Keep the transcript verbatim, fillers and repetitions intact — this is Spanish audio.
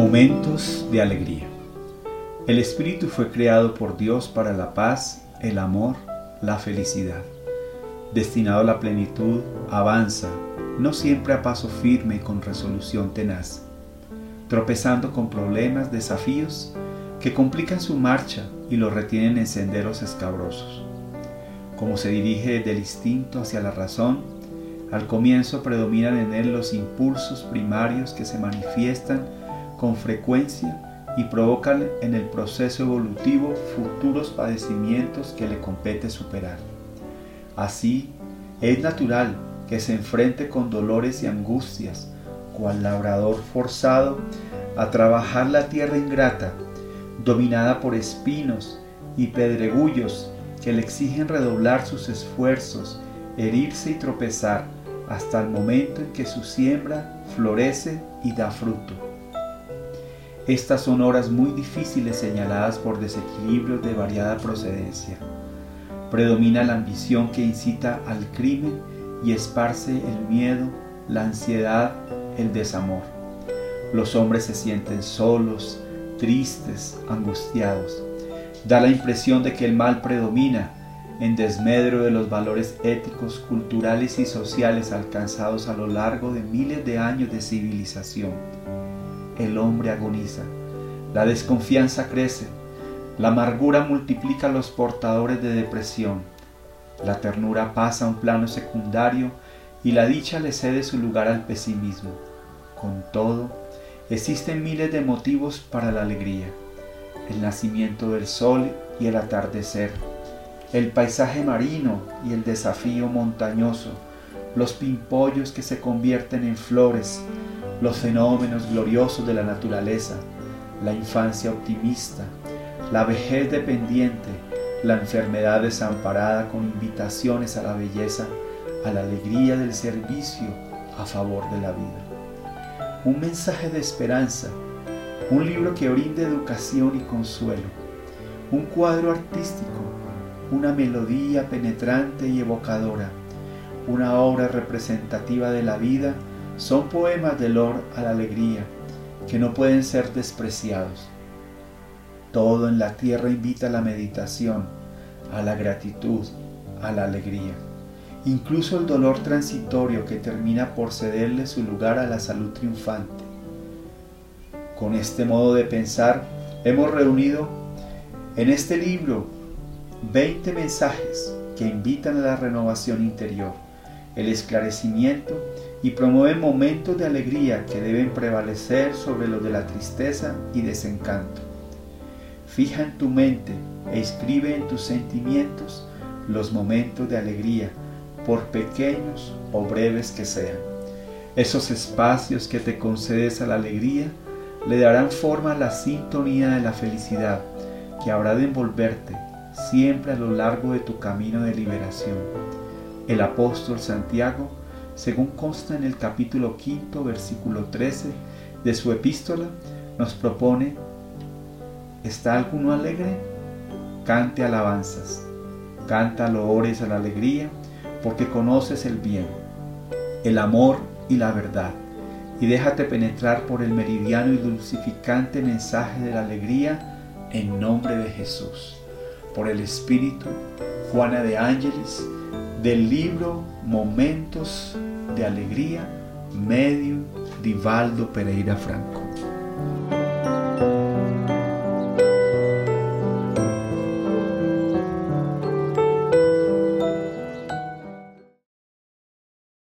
Momentos de alegría. El espíritu fue creado por Dios para la paz, el amor, la felicidad. Destinado a la plenitud, avanza, no siempre a paso firme y con resolución tenaz, tropezando con problemas, desafíos que complican su marcha y lo retienen en senderos escabrosos. Como se dirige del instinto hacia la razón, al comienzo predominan en él los impulsos primarios que se manifiestan con frecuencia y provocan en el proceso evolutivo futuros padecimientos que le compete superar. Así, es natural que se enfrente con dolores y angustias, cual labrador forzado a trabajar la tierra ingrata, dominada por espinos y pedregullos que le exigen redoblar sus esfuerzos, herirse y tropezar hasta el momento en que su siembra florece y da fruto. Estas son horas muy difíciles señaladas por desequilibrios de variada procedencia. Predomina la ambición que incita al crimen y esparce el miedo, la ansiedad, el desamor. Los hombres se sienten solos, tristes, angustiados. Da la impresión de que el mal predomina, en desmedro de los valores éticos, culturales y sociales alcanzados a lo largo de miles de años de civilización. El hombre agoniza, la desconfianza crece, la amargura multiplica a los portadores de depresión, la ternura pasa a un plano secundario y la dicha le cede su lugar al pesimismo. Con todo, existen miles de motivos para la alegría: el nacimiento del sol y el atardecer, el paisaje marino y el desafío montañoso, los pimpollos que se convierten en flores, los fenómenos gloriosos de la naturaleza, la infancia optimista, la vejez dependiente, la enfermedad desamparada con invitaciones a la belleza, a la alegría del servicio a favor de la vida. Un mensaje de esperanza, un libro que brinde educación y consuelo, un cuadro artístico, una melodía penetrante y evocadora, una obra representativa de la vida, son poemas de olor a la alegría que no pueden ser despreciados. Todo en la tierra invita a la meditación, a la gratitud, a la alegría. Incluso el dolor transitorio que termina por cederle su lugar a la salud triunfante. Con este modo de pensar, hemos reunido en este libro veinte mensajes que invitan a la renovación interior, el esclarecimiento y promueven momentos de alegría que deben prevalecer sobre los de la tristeza y desencanto. Fija en tu mente e inscribe en tus sentimientos los momentos de alegría, por pequeños o breves que sean. Esos espacios que te concedes a la alegría le darán forma a la sintonía de la felicidad que habrá de envolverte siempre a lo largo de tu camino de liberación. El apóstol Santiago, según consta en el capítulo quinto, versículo trece de su epístola, nos propone: ¿está alguno alegre? Cante alabanzas, canta loores a la alegría, porque conoces el bien, el amor y la verdad, y déjate penetrar por el meridiano y dulcificante mensaje de la alegría en nombre de Jesús. Por el Espíritu, Juana de Ángelis, del libro Momentos de Alegría, Medium Divaldo Pereira Franco.